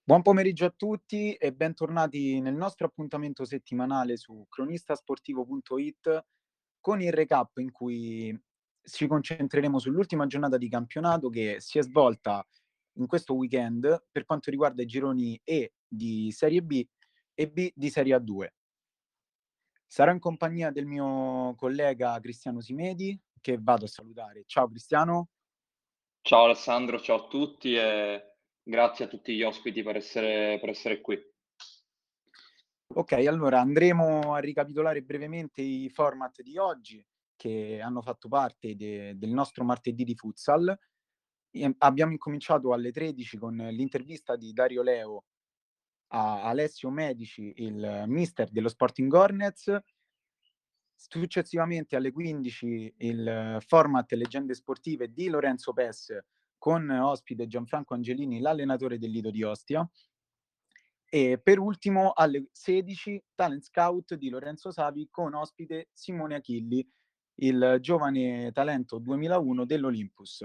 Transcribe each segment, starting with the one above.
Buon pomeriggio a tutti e bentornati nel nostro appuntamento settimanale su cronistasportivo.it con il recap in cui ci concentreremo sull'ultima giornata di campionato che si è svolta in questo weekend per quanto riguarda i gironi E di Serie B e B di Serie A2. Sarò in compagnia del mio collega Cristiano Simedi, che vado a salutare. Ciao Cristiano. Ciao Alessandro, ciao a tutti e grazie a tutti gli ospiti per essere qui. Ok, allora andremo a ricapitolare brevemente i format di oggi che hanno fatto parte del nostro martedì di futsal. Abbiamo incominciato alle 13 con l'intervista di Dario Leo a Alessio Medici, il mister dello Sporting Hornets. Successivamente alle 15 il format Leggende sportive di Lorenzo Pes con ospite Gianfranco Angelini, l'allenatore del Lido di Ostia. E per ultimo alle 16 Talent Scout di Lorenzo Savi con ospite Simone Achilli, il giovane talento 2001 dell'Olympus.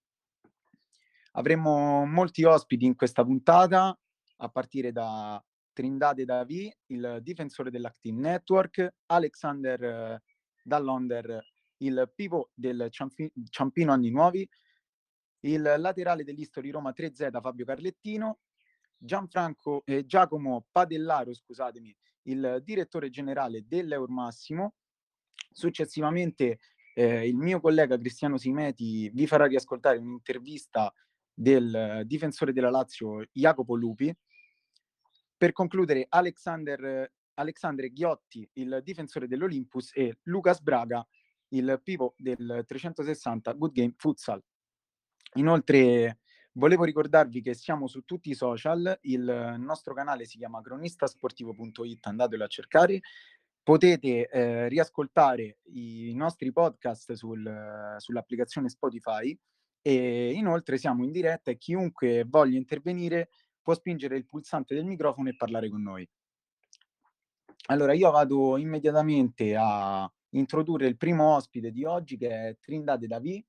Avremo molti ospiti in questa puntata, a partire da Trindade Davi, il difensore dell'Active Network, Alexander Dall'Onder, il pivot del Ciampino Anni Nuovi, il laterale dell'History Roma 3Z Fabio Carlettino, Giacomo Padellaro, scusatemi, il direttore generale dell'Eur Massimo. Successivamente il mio collega Cristiano Simeti vi farà riascoltare un'intervista del difensore della Lazio Jacopo Lupi. Per concludere Alexandre Ghiotti, il difensore dell'Olympus, e Lucas Braga, il pivot del 360 Good Game Futsal. Inoltre volevo ricordarvi che siamo su tutti i social, il nostro canale si chiama cronistasportivo.it, andatelo a cercare. Potete riascoltare i nostri podcast sull'applicazione Spotify e inoltre siamo in diretta e chiunque voglia intervenire può spingere il pulsante del microfono e parlare con noi. Allora, io vado immediatamente a introdurre il primo ospite di oggi, che è Trindade Davi.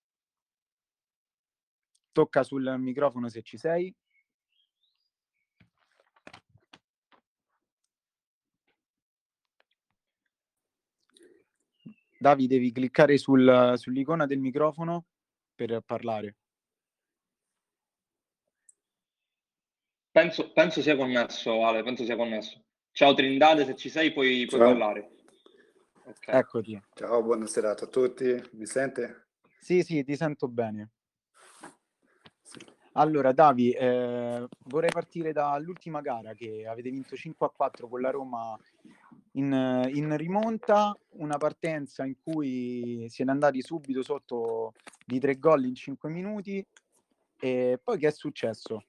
Tocca sul microfono se ci sei. Davi, devi cliccare sull'icona del microfono per parlare. Penso sia connesso, Ale, penso sia connesso. Ciao Trindade, se ci sei puoi Ciao. parlare. Ok. Eccoti. Ciao, buona serata a tutti. Mi sente? Sì, ti sento bene. Sì. Allora, Davi, vorrei partire dall'ultima gara che avete vinto 5-4 con la Roma in rimonta, una partenza in cui siete andati subito sotto di 3 gol in 5 minuti. E poi che è successo?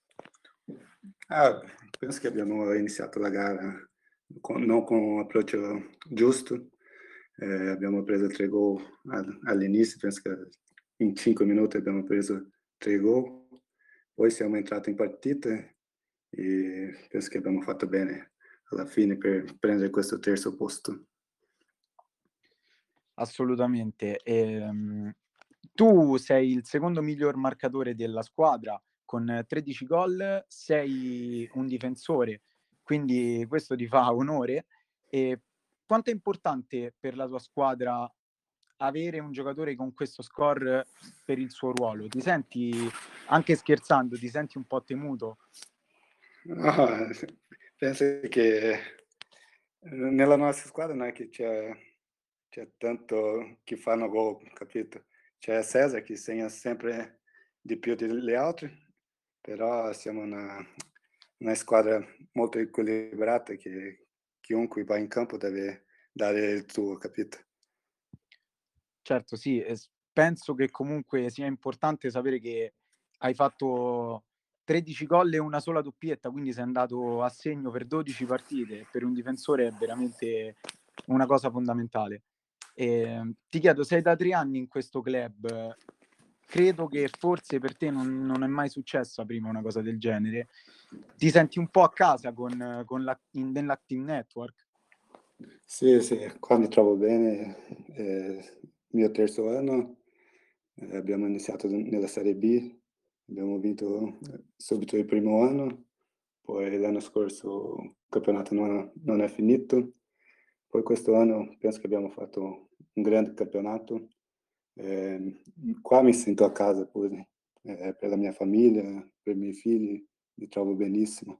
Penso che abbiamo iniziato la gara non con un approccio giusto. Abbiamo preso 3 gol all'inizio, penso che in 5 minuti abbiamo preso 3 gol. Poi siamo entrati in partita e penso che abbiamo fatto bene alla fine per prendere questo terzo posto. Assolutamente. Tu sei il secondo miglior marcatore della squadra con 13 gol, sei un difensore, quindi questo ti fa onore. E quanto è importante per la tua squadra avere un giocatore con questo score per il suo ruolo? Ti senti, anche scherzando, ti senti un po' temuto? No, penso che nella nostra squadra non è che c'è tanto chi fanno gol, capito? C'è Cesar che segna sempre di più delle altre, però siamo una squadra molto equilibrata che chiunque va in campo deve dare il suo, capito? Certo, sì, penso che comunque sia importante sapere che hai fatto 13 gol e una sola doppietta, quindi sei andato a segno per 12 partite. Per un difensore è veramente una cosa fondamentale. Ti chiedo, sei da 3 anni in questo club, credo che forse per te non è mai successa prima una cosa del genere. Ti senti un po' a casa nell'Active Network? Sì, qua mi trovo bene, mio terzo anno, abbiamo iniziato nella Serie B, abbiamo vinto subito il primo anno poi l'anno scorso il campionato non è finito, poi questo anno penso che abbiamo fatto un grande campionato. Qua mi sento a casa pure, per la mia famiglia, per i miei figli, mi trovo benissimo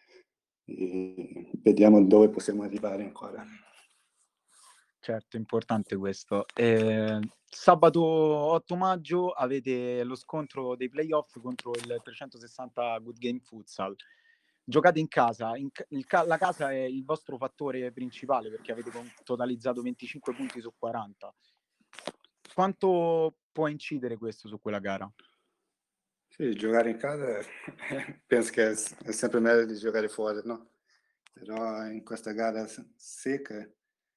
e vediamo dove possiamo arrivare ancora. Certo, è importante questo. Sabato 8 maggio avete lo scontro dei playoff contro il 360 Good Game Futsal. Giocate in casa, la casa è il vostro fattore principale perché avete totalizzato 25 punti su 40. Quanto può incidere questo su quella gara? Sì, giocare in casa penso che è sempre meglio di giocare fuori, no? Però in questa gara secca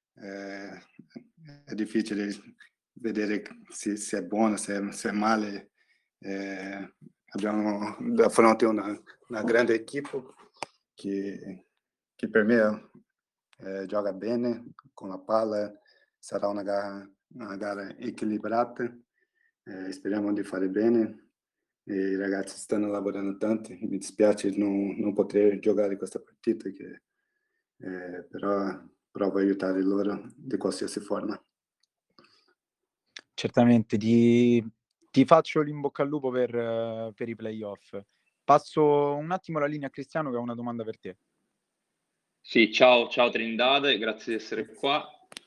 è difficile vedere se è buono, se è male. Abbiamo da fronte una grande equipe che per me gioca bene con la palla, sarà una gara equilibrata, speriamo di fare bene. E i ragazzi stanno lavorando tanto, mi dispiace non poter giocare questa partita, però provo a aiutare loro di qualsiasi forma. Certamente, ti faccio l'in bocca al lupo per i playoff. Passo un attimo la linea a Cristiano che ha una domanda per te. Sì, ciao Trindade, grazie di essere qua.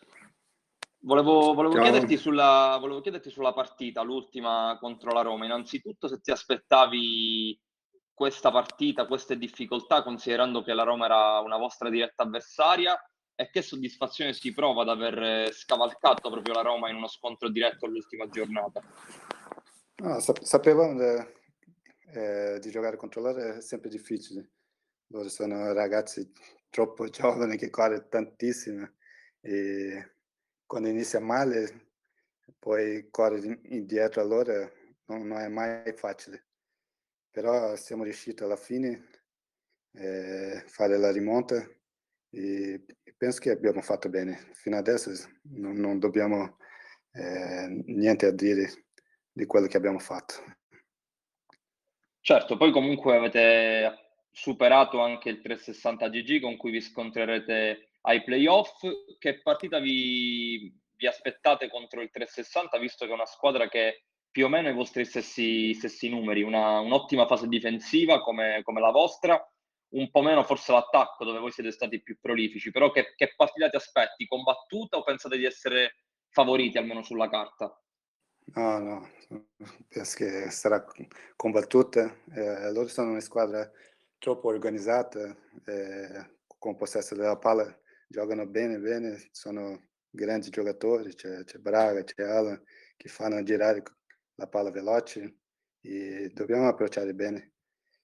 Volevo chiederti sulla partita, l'ultima contro la Roma. Innanzitutto se ti aspettavi questa partita, queste difficoltà, considerando che la Roma era una vostra diretta avversaria, e che soddisfazione si prova ad aver scavalcato proprio la Roma in uno scontro diretto all'ultima giornata. No, sapevamo di giocare contro loro è sempre difficile. Loro sono ragazzi troppo giovani che corrono tantissimo e quando inizia male poi correre indietro a loro non è mai facile. Però siamo riusciti alla fine a fare la rimonta e penso che abbiamo fatto bene. Fino adesso non dobbiamo niente a dire di quello che abbiamo fatto. Certo, poi comunque avete superato anche il 360 GG con cui vi scontrerete ai playoff. Che partita vi aspettate contro il 360, visto che è una squadra che più o meno ha i vostri stessi numeri, un'ottima fase difensiva come la vostra, un po' meno forse l'attacco dove voi siete stati più prolifici, però che partita ti aspetti? Combattuta o pensate di essere favoriti almeno sulla carta? No, penso che sarà combattuta. Loro sono una squadra troppo organizzata, con possesso della palla giocano bene, sono grandi giocatori, c'è Braga, c'è Alan, che fanno girare la palla veloce e dobbiamo approcciare bene.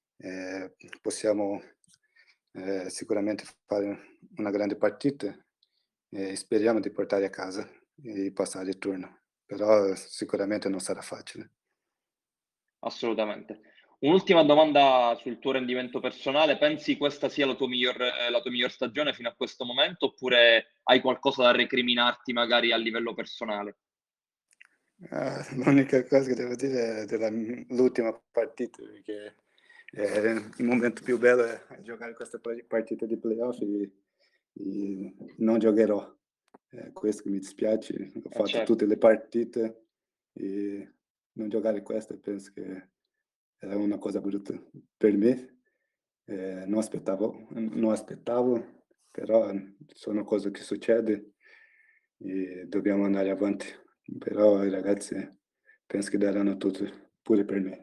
Possiamo sicuramente fare una grande partita e speriamo di portare a casa e passare il turno. Però sicuramente non sarà facile. Assolutamente. Un'ultima domanda sul tuo rendimento personale. Pensi questa sia la tua miglior stagione fino a questo momento, oppure hai qualcosa da recriminarti magari a livello personale? L'unica cosa che devo dire è l'ultima partita, perché il momento più bello è giocare questa partita di playoff e non giocherò. Questo che mi dispiace, ho fatto Certo. tutte le partite e non giocare questa penso che era una cosa brutta per me. Non aspettavo, però sono cose che succedono e dobbiamo andare avanti. Però i ragazzi penso che daranno tutto, pure per me.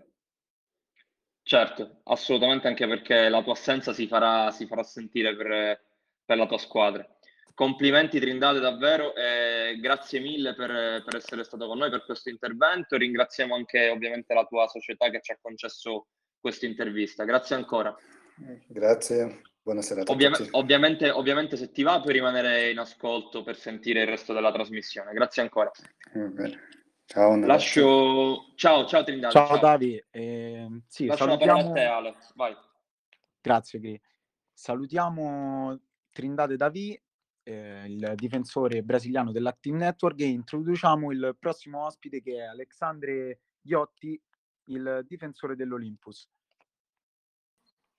Certo, assolutamente, anche perché la tua assenza si farà sentire per la tua squadra. Complimenti Trindade davvero e grazie mille per essere stato con noi per questo intervento. Ringraziamo anche ovviamente la tua società che ci ha concesso questa intervista. Grazie ancora. Grazie, buona serata a tutti. Ovviamente se ti va puoi rimanere in ascolto per sentire il resto della trasmissione. Grazie ancora. Bene. Ciao, un abbraccio. Ciao Trindade, Ciao ciao. Davi, sì, Lascio la parola a te, salutiamo. Alex. Vai. Grazie, Gri. Salutiamo Trindade Davi, il difensore brasiliano dell'Active Network, e introduciamo il prossimo ospite che è Alexandre Ghiotti, il difensore dell'Olympus.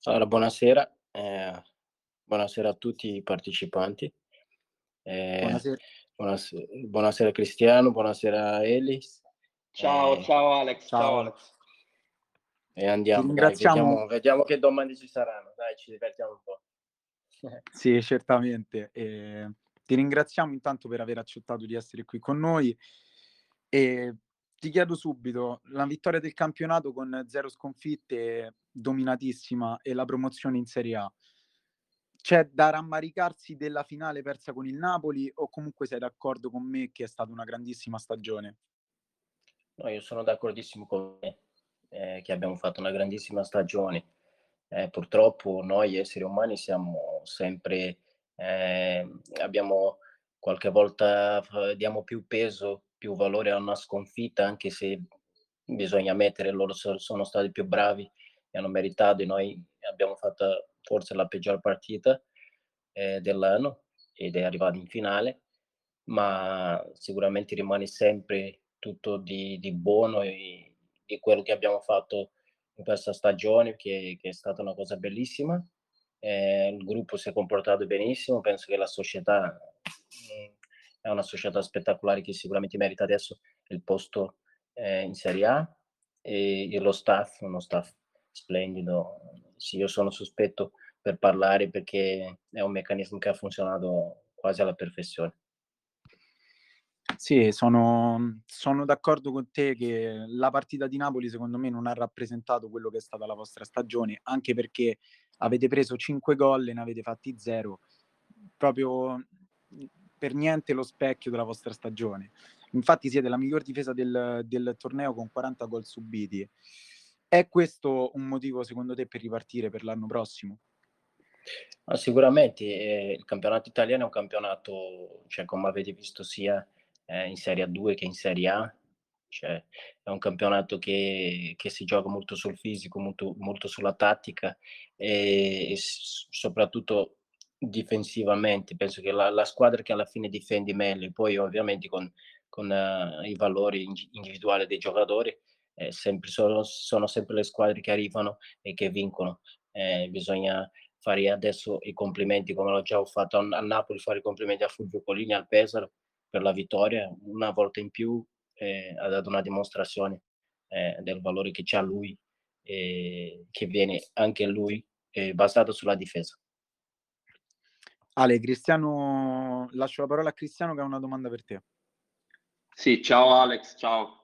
Allora, buonasera, buonasera a tutti i partecipanti. Buonasera. Buonasera Cristiano, buonasera Elis. Ciao Alex, Ciao, ciao Alex. Alex. E andiamo, dai, ringraziamo. vediamo che domande ci saranno, dai, ci divertiamo un po'. Sì, certamente. Ti ringraziamo intanto per aver accettato di essere qui con noi e ti chiedo subito, la vittoria del campionato con 0 sconfitte, dominatissima, e la promozione in Serie A. C'è da rammaricarsi della finale persa con il Napoli o comunque sei d'accordo con me che è stata una grandissima stagione? No, io sono d'accordissimo con te, che abbiamo fatto una grandissima stagione. Purtroppo noi esseri umani siamo sempre, abbiamo qualche volta diamo più peso, più valore a una sconfitta, anche se bisogna ammettere loro sono stati più bravi e hanno meritato, e noi abbiamo fatto forse la peggior partita dell'anno ed è arrivato in finale, ma sicuramente rimane sempre tutto di buono e di quello che abbiamo fatto in questa stagione, che è stata una cosa bellissima. Il gruppo si è comportato benissimo, penso che la società è una società spettacolare che sicuramente merita adesso il posto in Serie A, e lo staff, uno staff splendido. Sì, io sono sospetto per parlare perché è un meccanismo che ha funzionato quasi alla perfezione. Sì, sono d'accordo con te che la partita di Napoli secondo me non ha rappresentato quello che è stata la vostra stagione, anche perché avete preso 5 gol e ne avete fatti 0, proprio per niente lo specchio della vostra stagione. Infatti siete la miglior difesa del torneo con 40 gol subiti. È questo un motivo secondo te per ripartire per l'anno prossimo? Ma sicuramente, il campionato italiano è un campionato, cioè come avete visto sia, in Serie A2 che in Serie A, cioè è un campionato che si gioca molto sul fisico, molto sulla tattica, e soprattutto difensivamente. Penso che la squadra che alla fine difende meglio, poi ovviamente con i valori individuali dei giocatori, sempre sono sempre le squadre che arrivano e che vincono. Bisogna fare adesso i complimenti, come l'ho già fatto a Napoli, fare i complimenti a Fulvio Colini e al Pesaro per la vittoria. Una volta in più ha dato una dimostrazione del valore che c'ha lui, che viene anche lui basato sulla difesa. Ale, Cristiano, lascio la parola a Cristiano che ha una domanda per te. Sì, ciao Alex, ciao.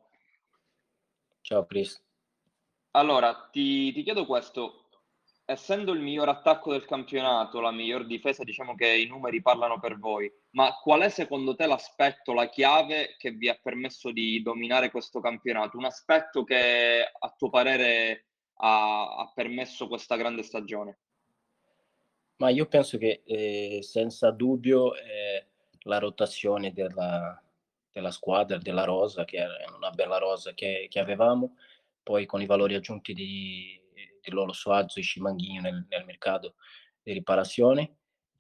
Ciao Chris. Allora, ti chiedo questo. Essendo il miglior attacco del campionato, la miglior difesa, diciamo che i numeri parlano per voi, ma qual è secondo te l'aspetto, la chiave che vi ha permesso di dominare questo campionato? Un aspetto che a tuo parere ha permesso questa grande stagione? Ma io penso che senza dubbio la rotazione della squadra, della rosa, che era una bella rosa che avevamo, poi con i valori aggiunti di Lolo Suazo e Scimanghini nel mercato di riparazione.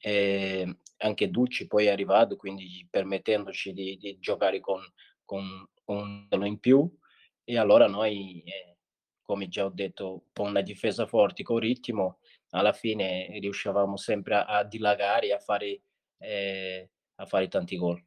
Anche Ducci poi è arrivato, quindi permettendoci di giocare con un in più, e allora noi, come già ho detto, con una difesa forte, con ritmo, alla fine riuscivamo sempre a dilagare e a fare tanti gol.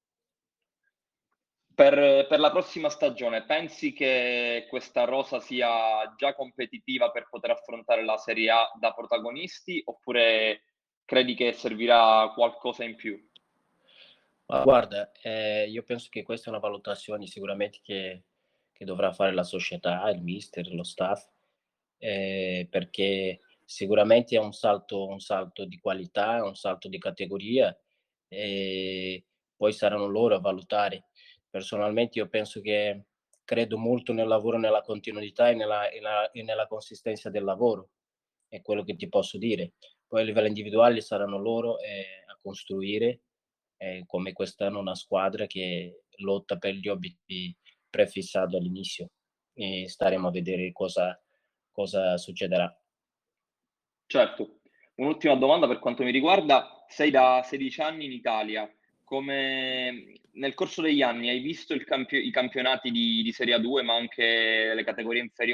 Per la prossima stagione, pensi che questa rosa sia già competitiva per poter affrontare la Serie A da protagonisti, oppure credi che servirà qualcosa in più? Ma guarda, io penso che questa è una valutazione sicuramente che dovrà fare la società, il mister, lo staff, perché sicuramente è un salto di qualità, un salto di categoria, e poi saranno loro a valutare. Personalmente io penso che credo molto nel lavoro, nella continuità e nella consistenza del lavoro, è quello che ti posso dire. Poi a livello individuale saranno loro, a costruire, come quest'anno, una squadra che lotta per gli obiettivi prefissati all'inizio, e staremo a vedere cosa succederà. Certo. Un'ultima domanda per quanto mi riguarda: sei da 16 anni in Italia. Come nel corso degli anni hai visto i campionati di Serie A2, ma anche le categorie inferiori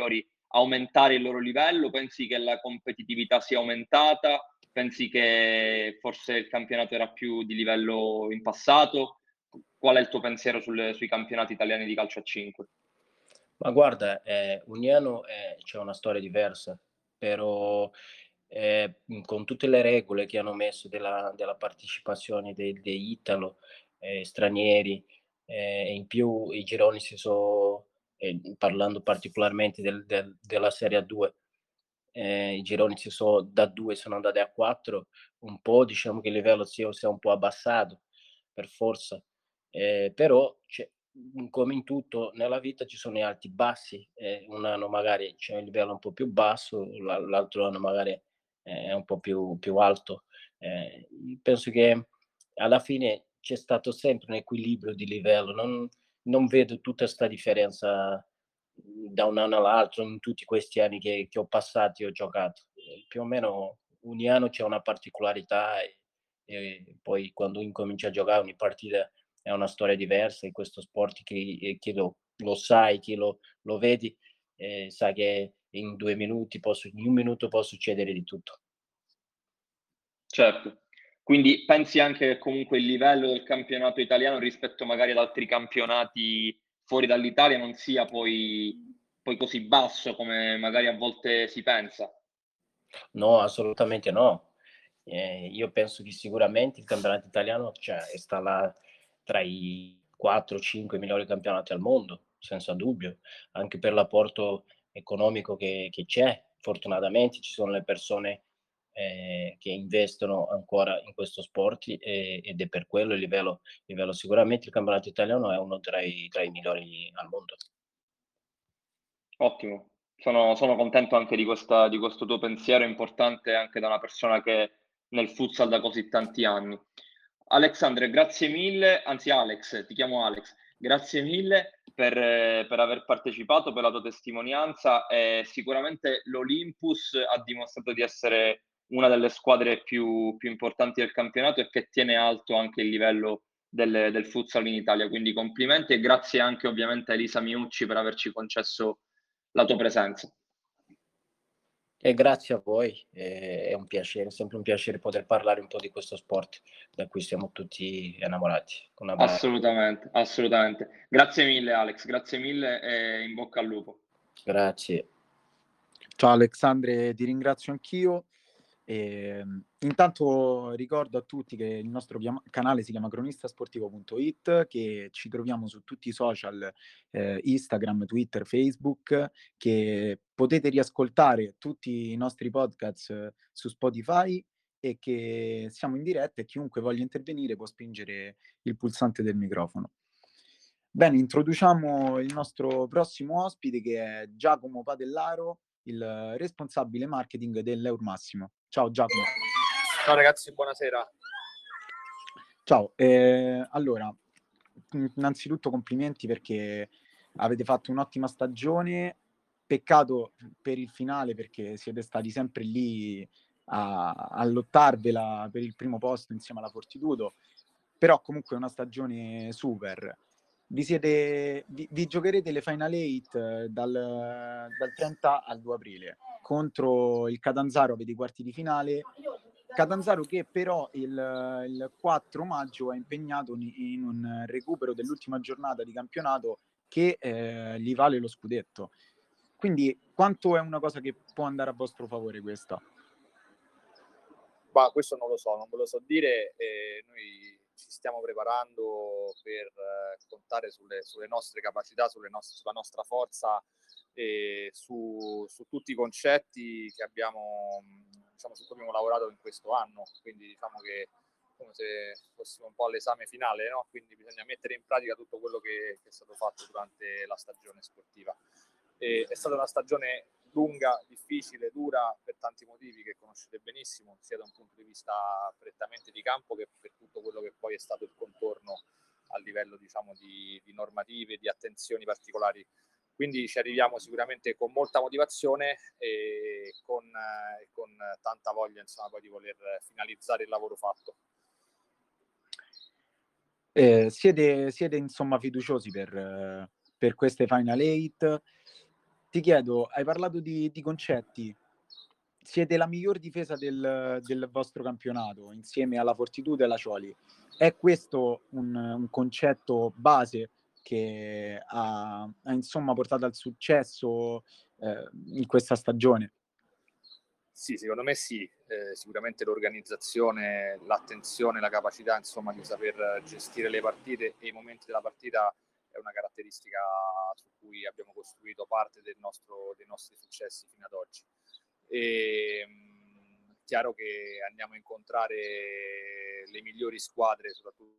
aumentare il loro livello? Pensi che la competitività sia aumentata? Pensi che forse il campionato era più di livello in passato? Qual è il tuo pensiero sui campionati italiani di calcio a 5? Ma guarda, ogni anno c'è una storia diversa, però con tutte le regole che hanno messo della partecipazione degli italo, stranieri, e in più i gironi parlando particolarmente della Serie A2, i gironi da 2 sono andati a 4, un po' diciamo che il livello si è un po' abbassato, per forza. Però come in tutto nella vita ci sono gli alti e bassi, un anno magari c'è il livello un po' più basso, l'altro anno magari è un po' più alto. Penso che alla fine c'è stato sempre un equilibrio di livello, non vedo tutta 'sta differenza da un anno all'altro in tutti questi anni che ho passato e ho giocato. Più o meno ogni anno c'è una particolarità e poi quando incominci a giocare ogni partita è una storia diversa in questo sport chi lo sai, chi lo vedi, sa che in 2 minuti in 1 minuto può succedere di tutto. Certo. Quindi pensi anche che comunque il livello del campionato italiano rispetto magari ad altri campionati fuori dall'Italia non sia poi così basso come magari a volte si pensa? No, assolutamente no. Io penso che sicuramente il campionato italiano, cioè, sta là tra i 4, 5 migliori campionati al mondo, senza dubbio, anche per l'apporto economico che c'è. Fortunatamente ci sono le persone che investono ancora in questo sport ed è per quello il livello sicuramente il campionato italiano è uno tra i migliori al mondo. Ottimo. Sono contento anche di questo tuo pensiero importante anche da una persona che è nel futsal da così tanti anni. Alexandre, grazie mille, anzi Alex, ti chiamo Alex, grazie mille per aver partecipato, per la tua testimonianza. Sicuramente l'Olympus ha dimostrato di essere una delle squadre più importanti del campionato e che tiene alto anche il livello del futsal in Italia. Quindi complimenti e grazie anche ovviamente a Elisa Miucci per averci concesso la tua presenza. E grazie a voi, è un piacere, sempre un piacere poter parlare un po' di questo sport da cui siamo tutti innamorati. Un abbraccio. Assolutamente, assolutamente. Grazie mille Alex, grazie mille e in bocca al lupo. Grazie. Ciao Alexandre, ti ringrazio anch'io. Intanto ricordo a tutti che il nostro canale si chiama cronistasportivo.it, che ci troviamo su tutti i social, Instagram, Twitter, Facebook, che potete riascoltare tutti i nostri podcast su Spotify e che siamo in diretta e chiunque voglia intervenire può spingere il pulsante del microfono. Bene, introduciamo il nostro prossimo ospite che è Giacomo Padellaro, il responsabile marketing dell'Eur Massimo. Ciao Giacomo. Ciao ragazzi, buonasera. Ciao, allora, innanzitutto complimenti perché avete fatto un'ottima stagione, peccato per il finale perché siete stati sempre lì a lottarvela per il primo posto insieme alla Fortitudo, però comunque è una stagione super. Vi giocherete le Final 8 dal 30 al 2 aprile contro il Catanzaro per i quarti di finale. Catanzaro che però il 4 maggio è impegnato in un recupero dell'ultima giornata di campionato che gli vale lo scudetto. Quindi quanto è una cosa che può andare a vostro favore questa? Ma questo non lo so, non ve lo so dire. Noi ci stiamo preparando per contare sulle nostre capacità, sulla nostra forza e su tutti i concetti che abbiamo, diciamo, su cui abbiamo lavorato in questo anno. Quindi diciamo che come se fossimo un po' all'esame finale, no? Quindi bisogna mettere in pratica tutto quello che è stato fatto durante la stagione sportiva. È stata una stagione lunga, difficile, dura per tanti motivi che conoscete benissimo, sia da un punto di vista prettamente di campo che per tutto quello che poi è stato il contorno a livello, diciamo, di normative, di attenzioni particolari. Quindi ci arriviamo sicuramente con molta motivazione e con tanta voglia, insomma, poi di voler finalizzare il lavoro fatto. Siete insomma fiduciosi per queste Final 8. ti chiedo, hai parlato di concetti. Siete la miglior difesa del vostro campionato, insieme alla Fortitudo e alla Cioli. È questo un concetto base che ha insomma portato al successo in questa stagione? Sì, secondo me sì, sicuramente l'organizzazione, l'attenzione, la capacità insomma di saper gestire le partite e i momenti della partita è una caratteristica su cui abbiamo costruito parte dei nostri successi fino ad oggi. Chiaro che andiamo a incontrare le migliori squadre, soprattutto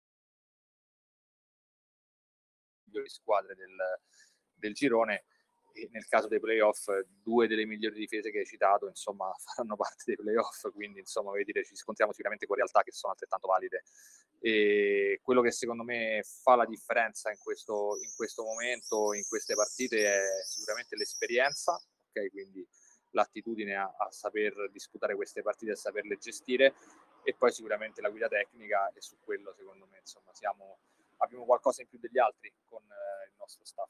le migliori squadre del girone, e nel caso dei playoff 2 delle migliori difese che hai citato insomma faranno parte dei playoff, quindi insomma voglio dire, ci scontriamo sicuramente con realtà che sono altrettanto valide, e quello che secondo me fa la differenza in questo momento, in queste partite, è sicuramente l'esperienza, ok? Quindi l'attitudine a saper disputare queste partite, a saperle gestire, e poi sicuramente la guida tecnica, e su quello secondo me insomma abbiamo qualcosa in più degli altri con il nostro staff.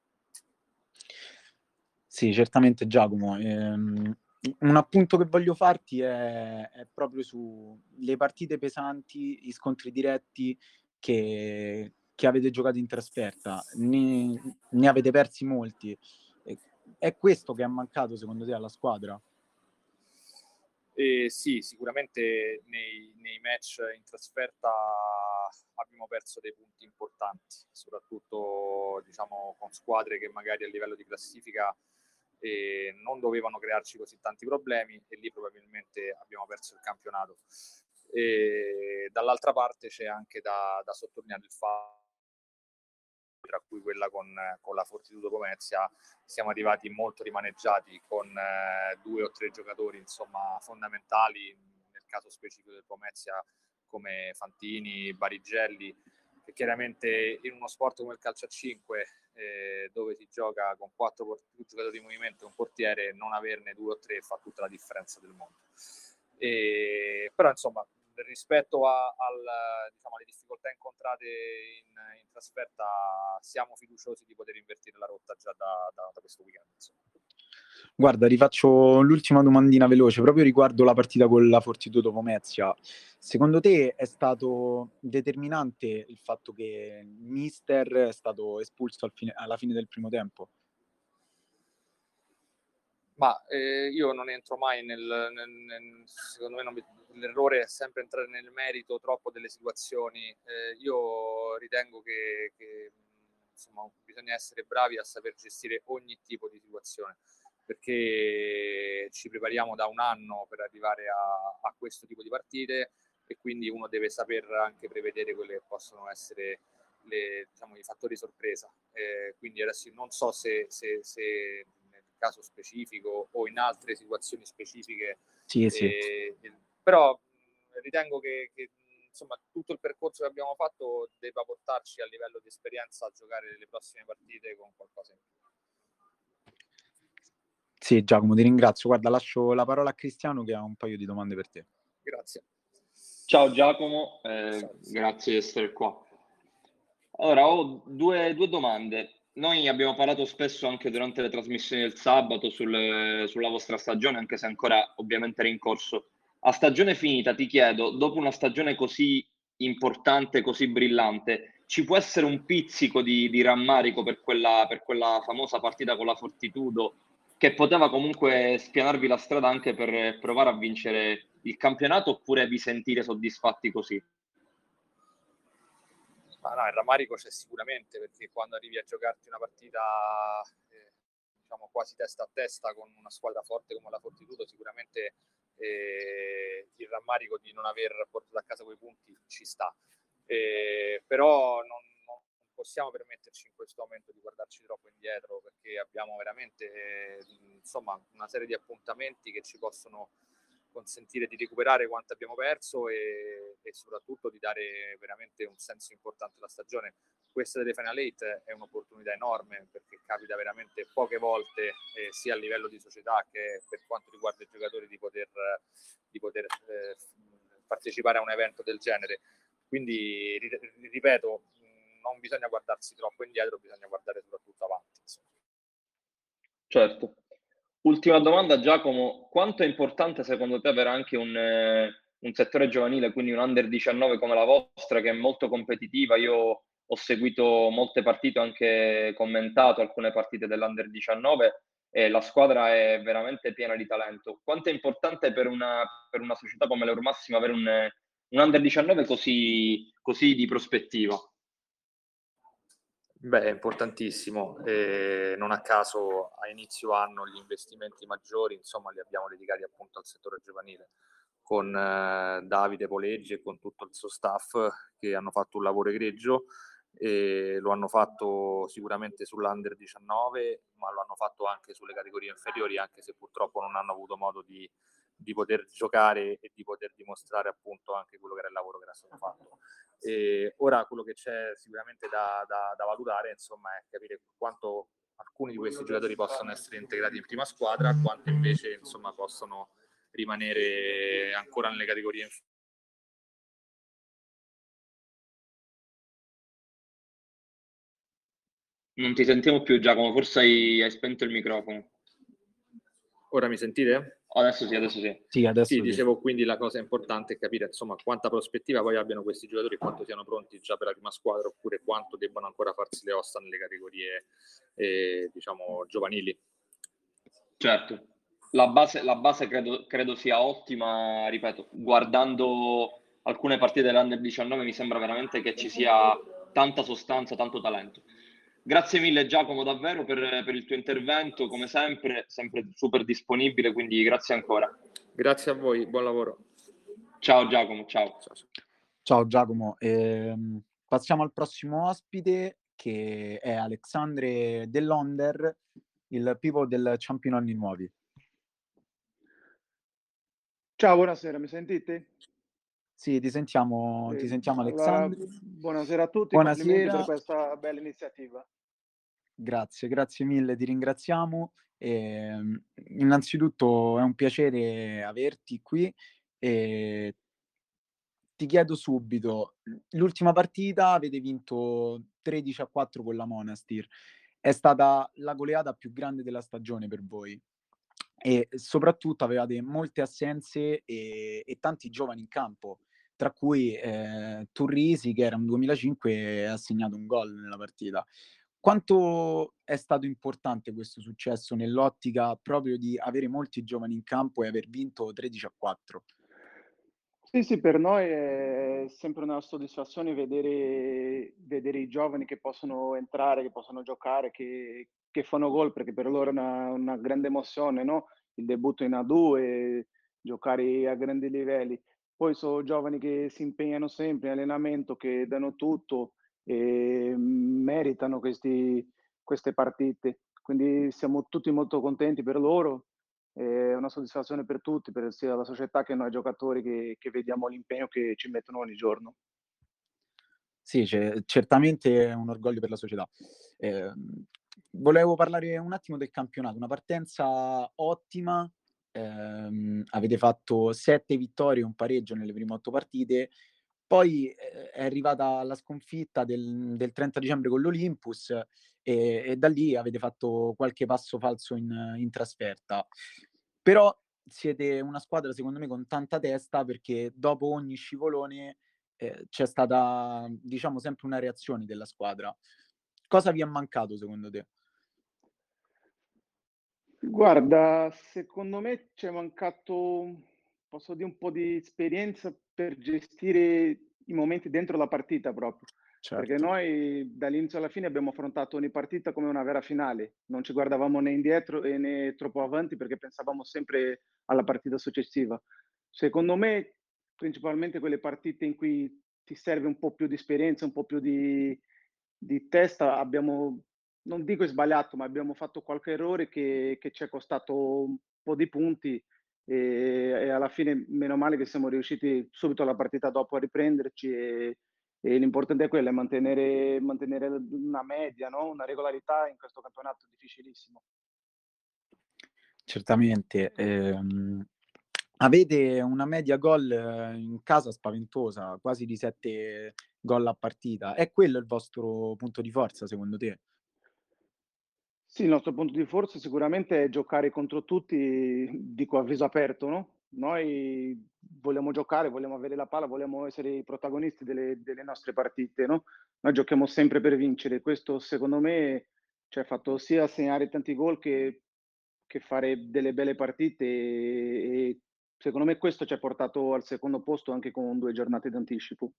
Sì, certamente Giacomo. Un appunto che voglio farti è proprio sulle partite pesanti, gli scontri diretti che avete giocato in trasferta. Ne avete persi molti. È questo che è mancato secondo te alla squadra? Sì, sicuramente nei match in trasferta abbiamo perso dei punti importanti, soprattutto diciamo con squadre che magari a livello di classifica non dovevano crearci così tanti problemi, e lì probabilmente abbiamo perso il campionato. Dall'altra parte c'è anche da sottolineare il fatto, tra cui quella con la Fortitudo Pomezia, siamo arrivati molto rimaneggiati con 2 o 3 giocatori insomma fondamentali, nel caso specifico del Pomezia come Fantini, Barigelli, che chiaramente in uno sport come il calcio a 5, dove si gioca con 4 giocatori di movimento e un portiere, non averne 2 o 3 fa tutta la differenza del mondo. Però insomma, rispetto diciamo, alle difficoltà incontrate in trasferta, siamo fiduciosi di poter invertire la rotta già da questo weekend. Insomma. Guarda, rifaccio l'ultima domandina veloce, proprio riguardo la partita con la Fortitudo Pomezia. Secondo te è stato determinante il fatto che il mister è stato espulso alla fine del primo tempo? Ma io non entro mai secondo me l'errore è sempre entrare nel merito troppo delle situazioni. Io ritengo che insomma, bisogna essere bravi a saper gestire ogni tipo di situazione, perché ci prepariamo da un anno per arrivare a questo tipo di partite, e quindi uno deve saper anche prevedere quelle che possono essere diciamo, i fattori sorpresa. Quindi adesso non so se nel caso specifico o in altre situazioni specifiche, Sì. però ritengo che insomma, tutto il percorso che abbiamo fatto debba portarci a livello di esperienza a giocare le prossime partite con qualcosa in più. Sì, Giacomo, ti ringrazio. Guarda, lascio la parola a Cristiano che ha un paio di domande per te. Grazie. Ciao Giacomo, grazie di essere qua. Allora, ho due domande. Noi abbiamo parlato spesso anche durante le trasmissioni del sabato sulla vostra stagione, anche se ancora ovviamente era in corso. A stagione finita, ti chiedo, dopo una stagione così importante, così brillante, ci può essere un pizzico di rammarico per quella famosa partita con la Fortitudo, che poteva comunque spianarvi la strada anche per provare a vincere il campionato, oppure vi sentite soddisfatti così? Ma no, il rammarico c'è sicuramente, perché quando arrivi a giocarti una partita diciamo quasi testa a testa con una squadra forte come la Fortitudo, sicuramente il rammarico di non aver portato a casa quei punti ci sta. Però non possiamo permetterci in questo momento di guardarci troppo indietro, perché abbiamo veramente insomma una serie di appuntamenti che ci possono consentire di recuperare quanto abbiamo perso, e soprattutto di dare veramente un senso importante alla stagione. Questa delle Final 8 è un'opportunità enorme, perché capita veramente poche volte, sia a livello di società che per quanto riguarda i giocatori, di poter partecipare a un evento del genere. Quindi ripeto, non bisogna guardarsi troppo indietro, bisogna guardare soprattutto avanti. Insomma. Certo. Ultima domanda, Giacomo, quanto è importante secondo te avere anche un settore giovanile, quindi un under 19 come la vostra, che è molto competitiva? Io ho seguito molte partite, ho anche commentato alcune partite dell'under 19 e la squadra è veramente piena di talento. Quanto è importante per una società come l'Eurmassimo avere un under 19 così di prospettiva? Beh, è importantissimo. Non a caso a inizio anno gli investimenti maggiori, insomma, li abbiamo dedicati appunto al settore giovanile, con Davide Poleggi e con tutto il suo staff che hanno fatto un lavoro egregio e lo hanno fatto sicuramente sull'Under 19, ma lo hanno fatto anche sulle categorie inferiori, anche se purtroppo non hanno avuto modo di poter giocare e di poter dimostrare appunto anche quello che era il lavoro che era stato fatto. E ora quello che c'è sicuramente da valutare, insomma, è capire quanto alcuni di questi giocatori possono essere integrati in prima squadra, quanto invece, insomma, possono rimanere ancora nelle categorie inferiori. Non ti sentiamo più, Giacomo, forse hai spento il microfono. Ora mi sentite? Adesso sì, adesso sì. Sì, adesso Sì, sì. dicevo, quindi la cosa importante è capire insomma quanta prospettiva poi abbiano questi giocatori, quanto siano pronti già per la prima squadra oppure quanto debbano ancora farsi le ossa nelle categorie diciamo giovanili. Certo, la base credo sia ottima, ripeto, guardando alcune partite dell'Under 19 mi sembra veramente che ci sia tanta sostanza, tanto talento. Grazie mille Giacomo davvero per il tuo intervento, come sempre super disponibile, quindi grazie ancora. Grazie a voi, buon lavoro. Ciao Giacomo, ciao. Ciao Giacomo, passiamo al prossimo ospite che è Alexandre Dell'Onder, il pivot del Campionati Nuovi. Ciao, buonasera, mi sentite? Sì, ti sentiamo Allora, Alexandre. buonasera a tutti, Buonasera. complimenti per questa bella iniziativa. Grazie mille, ti ringraziamo. Innanzitutto è un piacere averti qui e ti chiedo subito, l'ultima partita avete vinto 13-4 con la Monastir, è stata la goleada più grande della stagione per voi e soprattutto avevate molte assenze e tanti giovani in campo, tra cui Turrisi che era un 2005 e ha segnato un gol nella partita. Quanto è stato importante questo successo nell'ottica proprio di avere molti giovani in campo e aver vinto 13-4? Sì, per noi è sempre una soddisfazione vedere i giovani che possono entrare, che possono giocare, che fanno gol, perché per loro è una grande emozione, no? Il debutto in A2, giocare a grandi livelli. Poi sono giovani che si impegnano sempre in allenamento, che danno tutto e meritano queste partite. Quindi siamo tutti molto contenti per loro. È una soddisfazione per tutti, per sia la società che noi giocatori che vediamo l'impegno che ci mettono ogni giorno. Sì, certamente è un orgoglio per la società. Volevo parlare un attimo del campionato, una partenza ottima, avete fatto 7 vittorie e un pareggio nelle prime 8 partite, poi è arrivata la sconfitta del 30 dicembre con l'Olympus e da lì avete fatto qualche passo falso in trasferta. Però siete una squadra secondo me con tanta testa perché dopo ogni scivolone c'è stata, diciamo, sempre una reazione della squadra. Cosa vi è mancato secondo te? Guarda, secondo me c'è mancato, posso dire, un po' di esperienza per gestire i momenti dentro la partita proprio. Perché Certo. noi dall'inizio alla fine abbiamo affrontato ogni partita come una vera finale. Non ci guardavamo né indietro né troppo avanti perché pensavamo sempre alla partita successiva. Secondo me, principalmente quelle partite in cui ti serve un po' più di esperienza, un po' più di testa, abbiamo, non dico sbagliato, ma abbiamo fatto qualche errore che ci è costato un po' di punti e alla fine meno male che siamo riusciti subito alla partita dopo a riprenderci e l'importante è quello, è mantenere una media, no? Una regolarità in questo campionato difficilissimo. Certamente. Avete una media gol in casa spaventosa, quasi di 7 gol a partita. È quello il vostro punto di forza secondo te? Sì, il nostro punto di forza sicuramente è giocare contro tutti, dico a viso aperto, no? Noi vogliamo giocare, vogliamo avere la palla, vogliamo essere i protagonisti delle nostre partite, no? Noi giochiamo sempre per vincere. Questo secondo me ci ha fatto sia segnare tanti gol che fare delle belle partite e secondo me questo ci ha portato al secondo posto anche con 2 giornate d'anticipo.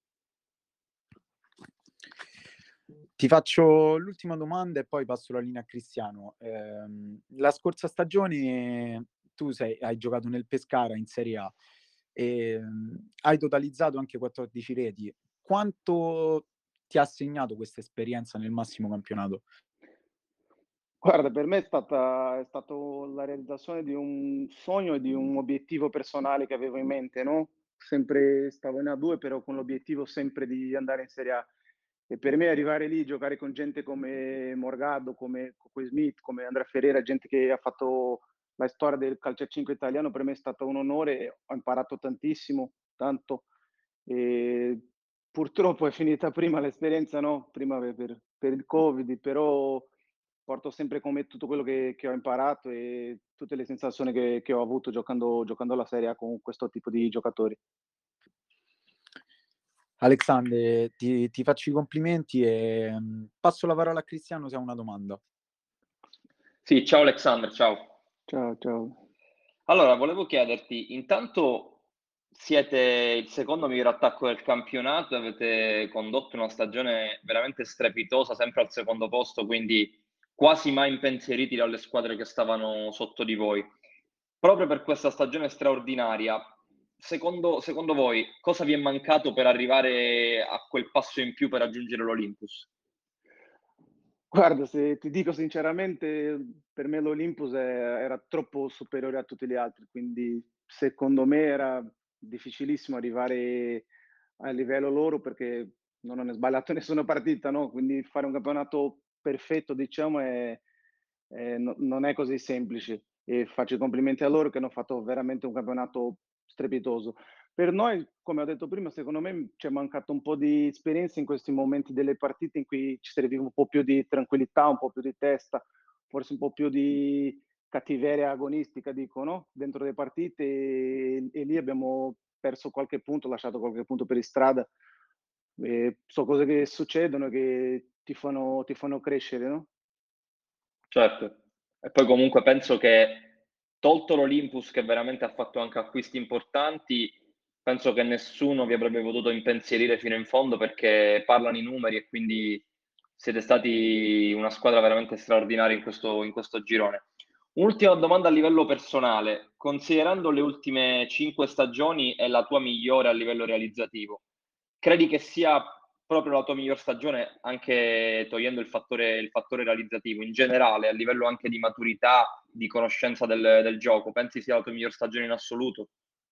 Ti faccio l'ultima domanda e poi passo la linea a Cristiano. La scorsa stagione tu hai giocato nel Pescara in Serie A e hai totalizzato anche 14 reti. Quanto ti ha segnato questa esperienza nel massimo campionato? Guarda, per me è stato la realizzazione di un sogno e di un obiettivo personale che avevo in mente, no? Sempre stavo in A2, però con l'obiettivo sempre di andare in Serie A. E per me arrivare lì, giocare con gente come Morgado, come Coco Smith, come Andrea Ferreira, gente che ha fatto la storia del calcio a 5 italiano, per me è stato un onore, ho imparato tantissimo, tanto. E purtroppo è finita prima l'esperienza, no? Prima per il Covid, però porto sempre con me tutto quello che ho imparato e tutte le sensazioni che ho avuto giocando alla Serie A con questo tipo di giocatori. Alexandre, ti faccio i complimenti e passo la parola a Cristiano se ha una domanda. Sì, ciao Alexander, ciao. Ciao, ciao. Allora, volevo chiederti, intanto siete il secondo miglior attacco del campionato, avete condotto una stagione veramente strepitosa, sempre al secondo posto, quindi quasi mai impensieriti dalle squadre che stavano sotto di voi. Proprio per questa stagione straordinaria, secondo voi, cosa vi è mancato per arrivare a quel passo in più per raggiungere l'Olympus? Guarda, se ti dico sinceramente, per me l'Olympus era troppo superiore a tutti gli altri, quindi secondo me era difficilissimo arrivare a livello loro perché non hanno sbagliato nessuna partita, no? Quindi fare un campionato perfetto, diciamo, non è così semplice. E faccio i complimenti a loro che hanno fatto veramente un campionato strepitoso. Per noi, come ho detto prima, secondo me ci è mancato un po' di esperienza in questi momenti delle partite in cui ci serviva un po' più di tranquillità, un po' più di testa, forse un po' più di cattiveria agonistica, dico, no? Dentro le partite e lì abbiamo perso qualche punto, lasciato qualche punto per strada. Sono cose che succedono e che ti fanno crescere, no? Certo. E poi comunque penso che, tolto l'Olympus che veramente ha fatto anche acquisti importanti, penso che nessuno vi avrebbe potuto impensierire fino in fondo perché parlano i numeri e quindi siete stati una squadra veramente straordinaria in questo girone. Ultima domanda a livello personale, considerando le ultime 5 stagioni e la tua migliore a livello realizzativo, credi che sia proprio la tua miglior stagione, anche togliendo il fattore realizzativo, in generale, a livello anche di maturità, di conoscenza del gioco? Pensi sia la tua miglior stagione in assoluto?